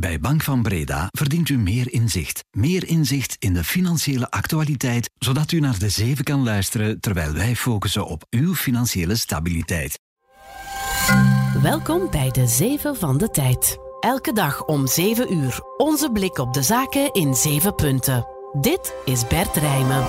Bij Bank van Breda verdient u meer inzicht. Meer inzicht in de financiële actualiteit, zodat u naar de 7 kan luisteren terwijl wij focussen op uw financiële stabiliteit. Welkom bij de 7 van de tijd. Elke dag om 7 uur. Onze blik op de zaken in 7 punten. Dit is Bert Rijmen.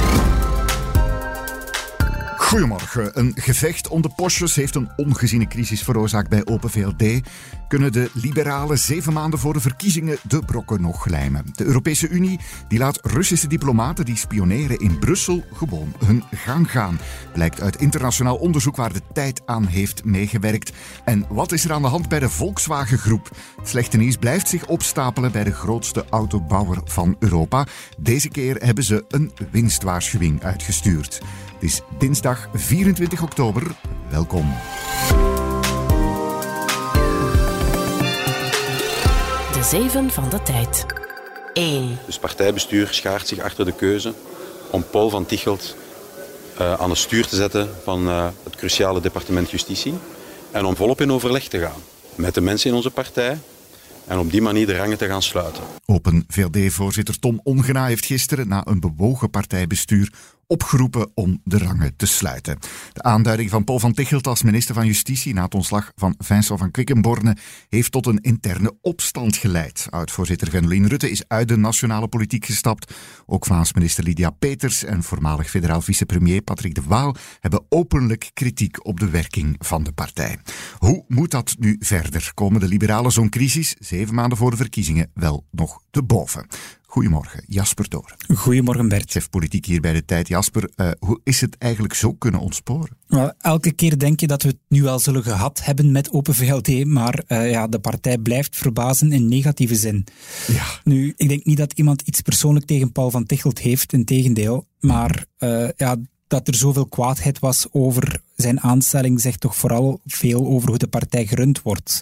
Goedemorgen. Een gevecht om de postjes heeft een ongeziene crisis veroorzaakt bij Open VLD. Kunnen de liberalen 7 maanden voor de verkiezingen de brokken nog lijmen? De Europese Unie die laat Russische diplomaten die spioneren in Brussel gewoon hun gang gaan. Blijkt uit internationaal onderzoek waar de tijd aan heeft meegewerkt. En wat is er aan de hand bij de Volkswagen-groep? Het slechte nieuws blijft zich opstapelen bij de grootste autobouwer van Europa. Deze keer hebben ze een winstwaarschuwing uitgestuurd. Het is dinsdag 24 oktober. Welkom. De 7 van de tijd. 1. Dus partijbestuur schaart zich achter de keuze om Paul van Tichelt aan het stuur te zetten van het cruciale departement Justitie. En om volop in overleg te gaan met de mensen in onze partij. En op die manier de rangen te gaan sluiten. Open VLD-voorzitter Tom Ongena heeft gisteren na een bewogen partijbestuur opgeroepen om de rangen te sluiten. De aanduiding van Paul van Tichelt als minister van Justitie na het ontslag van Vincent van Quickenborne heeft tot een interne opstand geleid. Oud-voorzitter Gwendoline Rutte is uit de nationale politiek gestapt. Ook Vlaams minister Lydia Peeters en voormalig federaal vicepremier Patrick de Waal hebben openlijk kritiek op de werking van de partij. Hoe moet dat nu verder? Komen de liberalen zo'n crisis 7 maanden voor de verkiezingen wel nog te boven? Goedemorgen, Jasper Doren. Goedemorgen, Bert. Chef politiek hier bij De Tijd. Jasper, hoe is het eigenlijk zo kunnen ontsporen? Well, elke keer denk je dat we het nu al zullen gehad hebben met Open VLD, maar de partij blijft verbazen in negatieve zin. Ja. Nu, ik denk niet dat iemand iets persoonlijk tegen Paul van Tichelt heeft, integendeel, maar dat er zoveel kwaadheid was over zijn aanstelling zegt toch vooral veel over hoe de partij gerund wordt.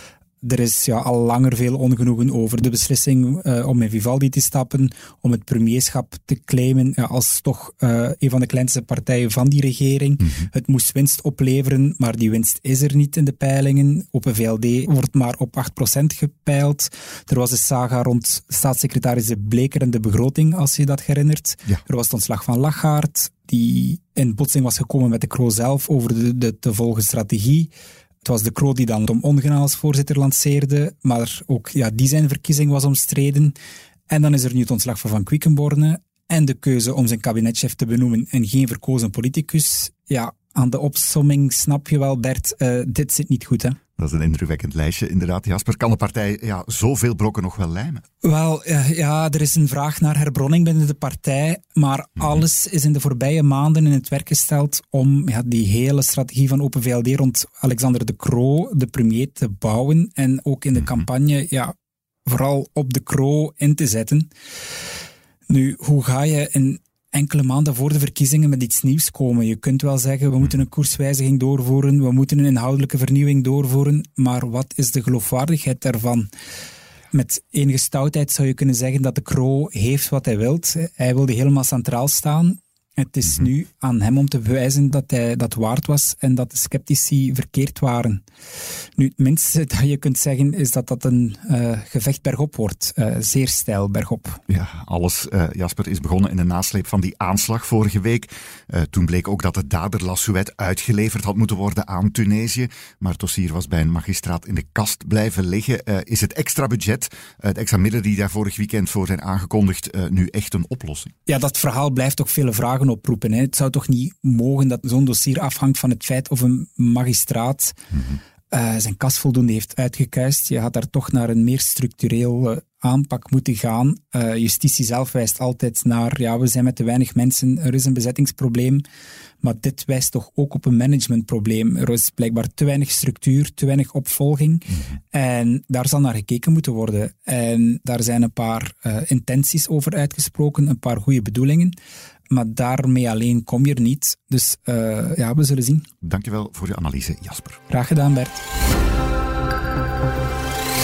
Er is al langer veel ongenoegen over de beslissing om in Vivaldi te stappen, om het premierschap te claimen als toch een van de kleinste partijen van die regering. Mm-hmm. Het moest winst opleveren, maar die winst is er niet in de peilingen. Open VLD wordt maar op 8% gepeild. Er was een saga rond staatssecretaris De Bleker en de begroting, als je dat herinnert. Ja. Er was het ontslag van Lachaert, die in botsing was gekomen met de Croo zelf over de te volgen strategie. Het was de Croo die dan Tom Ongena als voorzitter lanceerde, maar ook die zijn verkiezing was omstreden. En dan is er nu het ontslag van Quickenborne en de keuze om zijn kabinetchef te benoemen en geen verkozen politicus. Ja, aan de opsomming snap je wel, Bert, dit zit niet goed, hè? Dat is een indrukwekkend lijstje, inderdaad. Jasper, kan de partij zoveel brokken nog wel lijmen? Wel, er is een vraag naar herbronning binnen de partij, maar alles is in de voorbije maanden in het werk gesteld om die hele strategie van Open VLD rond Alexander De Croo, de premier, te bouwen en ook in de campagne vooral op De Croo in te zetten. Nu, hoe ga je in enkele maanden voor de verkiezingen met iets nieuws komen? Je kunt wel zeggen, we moeten een koerswijziging doorvoeren, we moeten een inhoudelijke vernieuwing doorvoeren, maar wat is de geloofwaardigheid daarvan? Met enige stoutheid zou je kunnen zeggen dat De Croo heeft wat hij wil. Hij wilde helemaal centraal staan. Het is nu aan hem om te bewijzen dat hij dat waard was en dat de sceptici verkeerd waren. Nu, het minste dat je kunt zeggen is dat een gevecht bergop wordt. Zeer steil bergop. Ja, alles, Jasper, is begonnen in de nasleep van die aanslag vorige week. Toen bleek ook dat de dader Lassouet uitgeleverd had moeten worden aan Tunesië. Maar het dossier was bij een magistraat in de kast blijven liggen. Is het extra budget, het extra middelen die daar vorig weekend voor zijn aangekondigd, nu echt een oplossing? Ja, dat verhaal blijft toch vele vragen oproepen. Hè. Het zou toch niet mogen dat zo'n dossier afhangt van het feit of een magistraat zijn kas voldoende heeft uitgekuist. Je gaat daar toch naar een meer structureel aanpak moeten gaan. Justitie zelf wijst altijd naar, we zijn met te weinig mensen, er is een bezettingsprobleem. Maar dit wijst toch ook op een managementprobleem. Er is blijkbaar te weinig structuur, te weinig opvolging. En daar zal naar gekeken moeten worden. En daar zijn een paar intenties over uitgesproken, een paar goede bedoelingen. Maar daarmee alleen kom je er niet. Dus we zullen zien. Dankjewel voor je analyse, Jasper. Graag gedaan, Bert.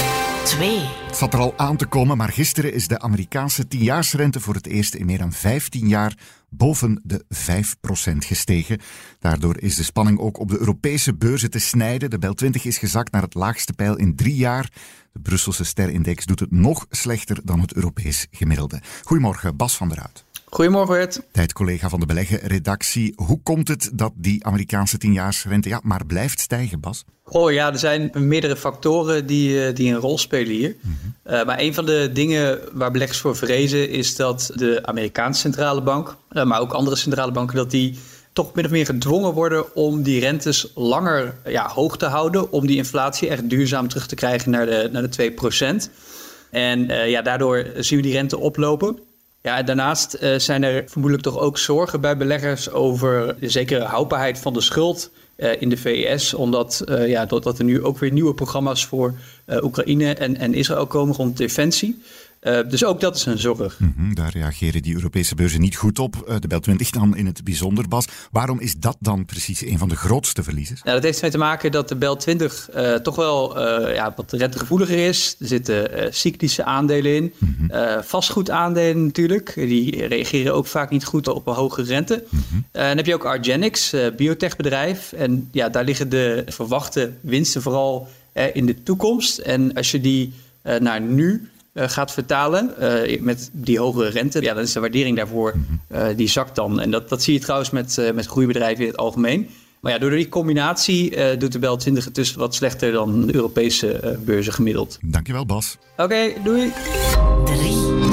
2. Het zat er al aan te komen, maar gisteren is de Amerikaanse 10-jaarsrente voor het eerst in meer dan 15 jaar boven de 5% gestegen. Daardoor is de spanning ook op de Europese beurzen te snijden. De BEL 20 is gezakt naar het laagste peil in 3 jaar. De Brusselse Ster-index doet het nog slechter dan het Europees gemiddelde. Goedemorgen, Bas van der Hout. Goedemorgen, Bert. Tijdcollega van de Beleggen-redactie. Hoe komt het dat die Amerikaanse 10-jaarsrente maar blijft stijgen, Bas? Er zijn meerdere factoren die een rol spelen hier. Maar een van de dingen waar beleggers voor vrezen is dat de Amerikaanse centrale bank, maar ook andere centrale banken, dat die toch min of meer gedwongen worden om die rentes langer hoog te houden, om die inflatie echt duurzaam terug te krijgen naar de 2%. En daardoor zien we die rente oplopen. Ja, en daarnaast zijn er vermoedelijk toch ook zorgen bij beleggers over de zekere houdbaarheid van de schuld in de VS. Omdat dat er nu ook weer nieuwe programma's voor Oekraïne en Israël komen rond defensie. Dus ook dat is een zorg. Daar reageren die Europese beurzen niet goed op. De BEL 20 dan in het bijzonder, Bas. Waarom is dat dan precies een van de grootste verliezers? Dat heeft ermee te maken dat de BEL 20 toch wel wat rentegevoeliger is. Er zitten cyclische aandelen in. Vastgoedaandelen natuurlijk. Die reageren ook vaak niet goed op een hoge rente. Dan heb je ook Argenix, biotechbedrijf. En daar liggen de verwachte winsten vooral in de toekomst. En als je die naar nu gaat vertalen met die hogere rente, dan is de waardering daarvoor, die zakt dan. En dat zie je trouwens met groeibedrijven in het algemeen. Maar door die combinatie doet de BEL 20 het dus wat slechter dan de Europese beurzen gemiddeld. Dankjewel, Bas. Oké, doei. 3.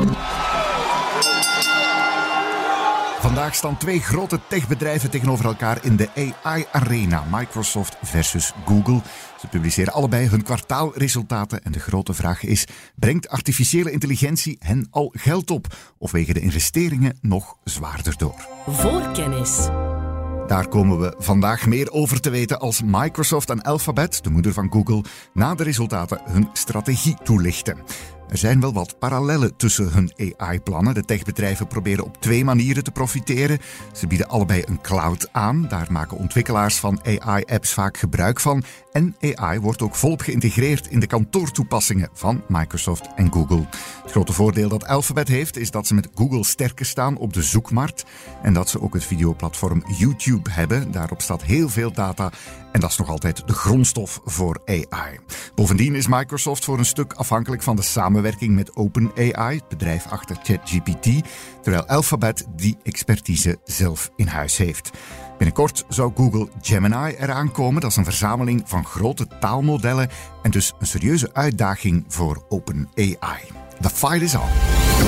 Vandaag staan 2 grote techbedrijven tegenover elkaar in de AI-arena. Microsoft versus Google. Ze publiceren allebei hun kwartaalresultaten. En de grote vraag is, brengt artificiële intelligentie hen al geld op? Of wegen de investeringen nog zwaarder door? Voorkennis. Daar komen we vandaag meer over te weten als Microsoft en Alphabet, de moeder van Google, na de resultaten hun strategie toelichten. Er zijn wel wat parallellen tussen hun AI-plannen. De techbedrijven proberen op 2 manieren te profiteren. Ze bieden allebei een cloud aan. Daar maken ontwikkelaars van AI-apps vaak gebruik van. En AI wordt ook volop geïntegreerd in de kantoortoepassingen van Microsoft en Google. Het grote voordeel dat Alphabet heeft, is dat ze met Google sterker staan op de zoekmarkt. En dat ze ook het videoplatform YouTube hebben. Daarop staat heel veel data. En dat is nog altijd de grondstof voor AI. Bovendien is Microsoft voor een stuk afhankelijk van de samenwerking met OpenAI, het bedrijf achter ChatGPT, terwijl Alphabet die expertise zelf in huis heeft. Binnenkort zou Google Gemini eraan komen. Dat is een verzameling van grote taalmodellen en dus een serieuze uitdaging voor OpenAI. The fight is on.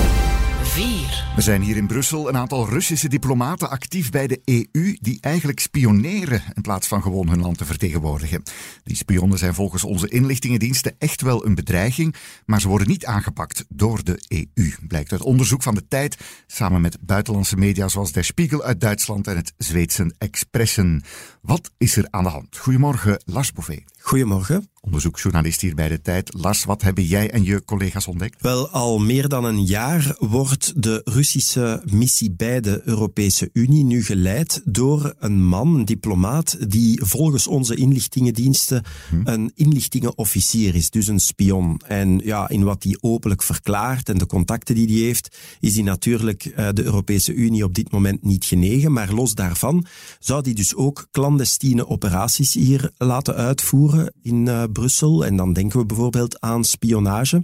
4. Er zijn hier in Brussel een aantal Russische diplomaten actief bij de EU die eigenlijk spioneren in plaats van gewoon hun land te vertegenwoordigen. Die spionnen zijn volgens onze inlichtingendiensten echt wel een bedreiging, maar ze worden niet aangepakt door de EU. Blijkt uit onderzoek van de Tijd, samen met buitenlandse media zoals Der Spiegel uit Duitsland en het Zweedse Expressen. Wat is er aan de hand? Goedemorgen, Lars Bouvet. Goedemorgen. Onderzoeksjournalist hier bij de Tijd. Lars, wat hebben jij en je collega's ontdekt? Wel, al meer dan een jaar wordt de Russische missie bij de Europese Unie nu geleid door een man, een diplomaat, die volgens onze inlichtingendiensten een inlichtingenofficier is, dus een spion. En in wat hij openlijk verklaart en de contacten die hij heeft, is hij natuurlijk de Europese Unie op dit moment niet genegen. Maar los daarvan zou hij dus ook clandestine operaties hier laten uitvoeren in Brussel. En dan denken we bijvoorbeeld aan spionage.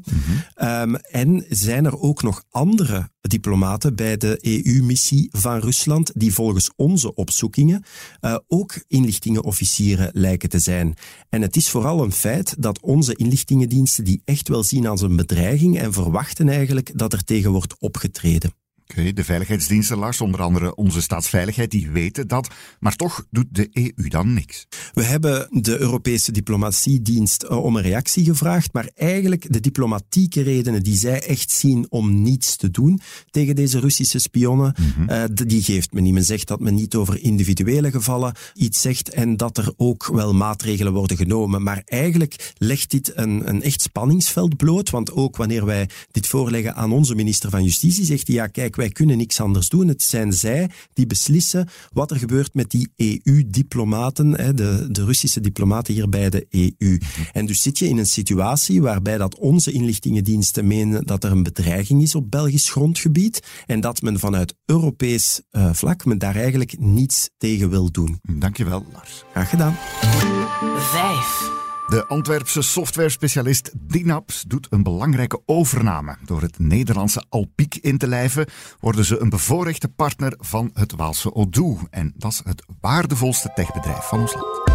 En zijn er ook nog andere diplomaten bij de EU-missie van Rusland die volgens onze opzoekingen ook inlichtingenofficieren lijken te zijn. En het is vooral een feit dat onze inlichtingendiensten die echt wel zien als een bedreiging en verwachten eigenlijk dat er tegen wordt opgetreden. Oké, de veiligheidsdiensten, Lars, onder andere onze staatsveiligheid, die weten dat, maar toch doet de EU dan niks. We hebben de Europese diplomatiedienst om een reactie gevraagd, maar eigenlijk de diplomatieke redenen die zij echt zien om niets te doen tegen deze Russische spionnen, die geeft men niet. Men zegt dat men niet over individuele gevallen iets zegt en dat er ook wel maatregelen worden genomen. Maar eigenlijk legt dit een echt spanningsveld bloot, want ook wanneer wij dit voorleggen aan onze minister van Justitie, zegt hij, ja kijk, natuurlijk, wij kunnen niks anders doen. Het zijn zij die beslissen wat er gebeurt met die EU-diplomaten, de Russische diplomaten hier bij de EU. En dus zit je in een situatie waarbij dat onze inlichtingendiensten menen dat er een bedreiging is op Belgisch grondgebied en dat men vanuit Europees vlak men daar eigenlijk niets tegen wil doen. Dankjewel, Lars. Graag gedaan. 5. De Antwerpse softwarespecialist Dynaps doet een belangrijke overname. Door het Nederlandse Alpiq in te lijven worden ze een bevoorrechte partner van het Waalse Odoo. En dat is het waardevolste techbedrijf van ons land.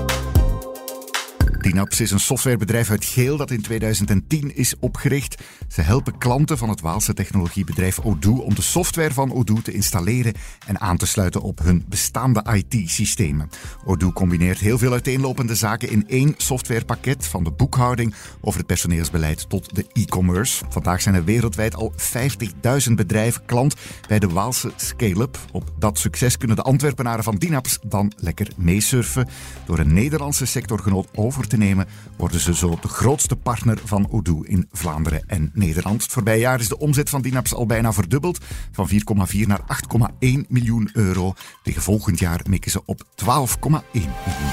Dynaps is een softwarebedrijf uit Geel dat in 2010 is opgericht. Ze helpen klanten van het Waalse technologiebedrijf Odoo om de software van Odoo te installeren en aan te sluiten op hun bestaande IT-systemen. Odoo combineert heel veel uiteenlopende zaken in één softwarepakket, van de boekhouding over het personeelsbeleid tot de e-commerce. Vandaag zijn er wereldwijd al 50.000 bedrijven klant bij de Waalse Scale-up. Op dat succes kunnen de Antwerpenaren van Dynaps dan lekker meesurfen. Door een Nederlandse sectorgenoot over te nemen, worden ze zo de grootste partner van Odoo in Vlaanderen en Nederland. Het voorbije jaar is de omzet van Dynaps al bijna verdubbeld, van 4,4 naar 8,1 miljoen euro. Tegen volgend jaar mikken ze op 12,1 miljoen.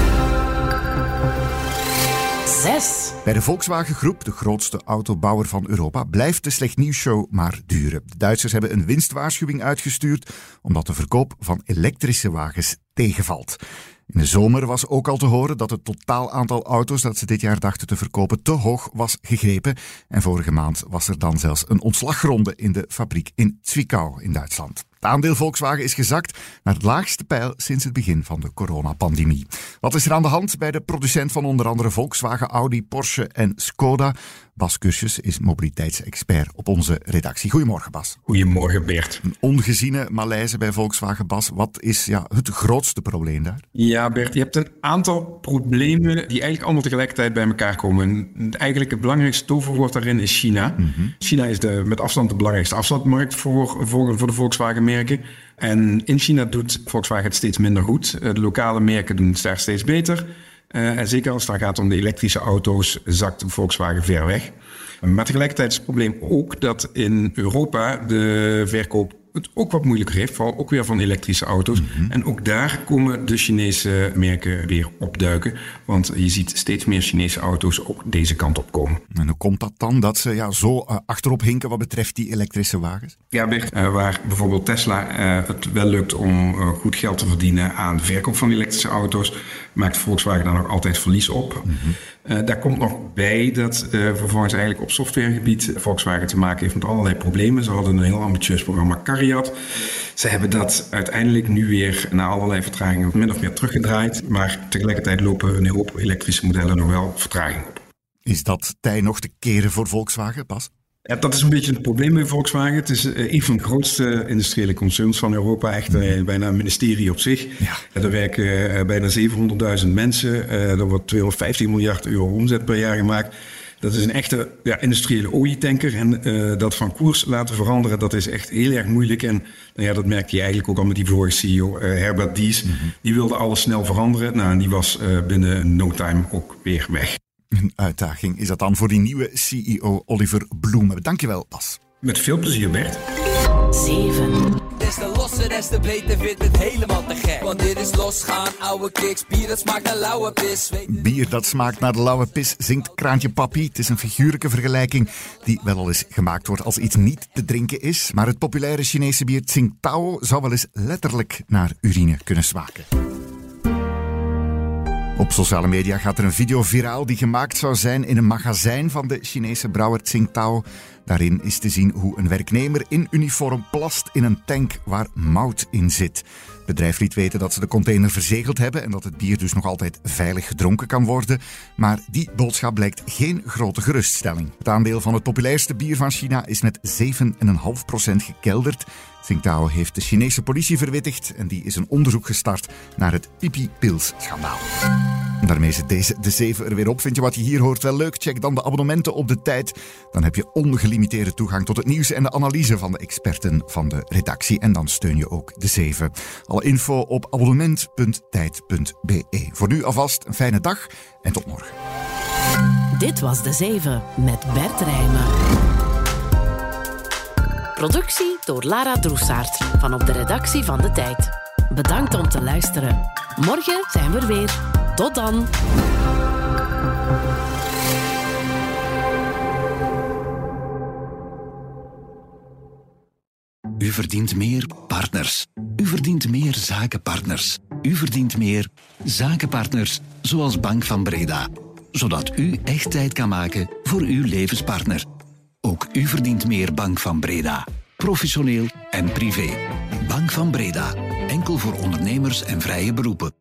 6. Bij de Volkswagen Groep, de grootste autobouwer van Europa, blijft de slecht nieuws-show maar duren. De Duitsers hebben een winstwaarschuwing uitgestuurd omdat de verkoop van elektrische wagens tegenvalt. In de zomer was ook al te horen dat het totaal aantal auto's dat ze dit jaar dachten te verkopen te hoog was gegrepen. En vorige maand was er dan zelfs een ontslagronde in de fabriek in Zwickau in Duitsland. Het aandeel Volkswagen is gezakt naar het laagste peil sinds het begin van de coronapandemie. Wat is er aan de hand bij de producent van onder andere Volkswagen, Audi, Porsche en Skoda? Bas Cursius is mobiliteitsexpert op onze redactie. Goedemorgen, Bas. Goedemorgen, Bert. Een ongeziene malaise bij Volkswagen, Bas. Wat is het grootste probleem daar? Ja, Bert, je hebt een aantal problemen die eigenlijk allemaal tegelijkertijd bij elkaar komen. Eigenlijk het belangrijkste toverwoord daarin is China. Mm-hmm. China is met afstand de belangrijkste afzetmarkt voor de Volkswagen-merken. En in China doet Volkswagen het steeds minder goed. De lokale merken doen het daar steeds beter. En zeker als het dan gaat om de elektrische auto's, zakt Volkswagen ver weg. Maar tegelijkertijd is het probleem ook dat in Europa de verkoop het ook wat moeilijker heeft, vooral ook weer van elektrische auto's. Mm-hmm. En ook daar komen de Chinese merken weer opduiken, want je ziet steeds meer Chinese auto's ook deze kant op komen. En hoe komt dat dan, dat ze zo achterop hinken wat betreft die elektrische wagens? Ja, Bert, waar bijvoorbeeld Tesla het wel lukt om goed geld te verdienen aan de verkoop van elektrische auto's, maakt Volkswagen daar nog altijd verlies op. Mm-hmm. Daar komt nog bij dat vervolgens eigenlijk op softwaregebied Volkswagen te maken heeft met allerlei problemen. Ze hadden een heel ambitieus programma Cariad. Ze hebben dat uiteindelijk nu weer na allerlei vertragingen min of meer teruggedraaid. Maar tegelijkertijd lopen een hoop elektrische modellen nog wel vertraging op. Is dat tij nog te keren voor Volkswagen, Bas? Ja, dat is een beetje het probleem bij Volkswagen. Het is een van de grootste industriële concerns van Europa. Echt bijna een ministerie op zich. Ja. Er werken bijna 700.000 mensen. Er wordt 250 miljard euro omzet per jaar gemaakt. Dat is een echte industriële olietanker. En dat van koers laten veranderen, dat is echt heel erg moeilijk. En dat merkte je eigenlijk ook al met die vorige CEO, Herbert Diess. Mm-hmm. Die wilde alles snel veranderen. En die was binnen no time ook weer weg. Een uitdaging is dat dan voor die nieuwe CEO Oliver Blume. Dankjewel, Bas. Met veel plezier, Bert. 7. Des te losser, des te beter, vindt het helemaal te gek. Want dit is losgaan, ouwe kicks, bier dat smaakt naar lauwe pis. Bier dat smaakt naar de lauwe pis, zingt Kraantje Papi. Het is een figuurlijke vergelijking die wel al eens gemaakt wordt als iets niet te drinken is. Maar het populaire Chinese bier Tsingtao zou wel eens letterlijk naar urine kunnen smaken. Op sociale media gaat er een video viraal die gemaakt zou zijn in een magazijn van de Chinese brouwer Tsingtao. Daarin is te zien hoe een werknemer in uniform plast in een tank waar mout in zit. Het bedrijf liet weten dat ze de container verzegeld hebben en dat het bier dus nog altijd veilig gedronken kan worden. Maar die boodschap blijkt geen grote geruststelling. Het aandeel van het populairste bier van China is met 7,5% gekelderd. Tsingtao heeft de Chinese politie verwittigd en die is een onderzoek gestart naar het Pipi-pils-schandaal. Daarmee zit deze de 7 er weer op. Vind je wat je hier hoort wel leuk? Check dan de abonnementen op De Tijd. Dan heb je ongelimiteerde toegang tot het nieuws en de analyse van de experten van de redactie. En dan steun je ook De 7. Alle info op abonnement.tijd.be. Voor nu alvast een fijne dag en tot morgen. Dit was De 7 met Bert Rijmen. Productie door Lara Droesaert van op de redactie van De Tijd. Bedankt om te luisteren. Morgen zijn we er weer. Tot dan. U verdient meer partners. U verdient meer zakenpartners. U verdient meer zakenpartners zoals Bank van Breda. Zodat u echt tijd kan maken voor uw levenspartner. Ook u verdient meer Bank van Breda. Professioneel en privé. Bank van Breda. Enkel voor ondernemers en vrije beroepen.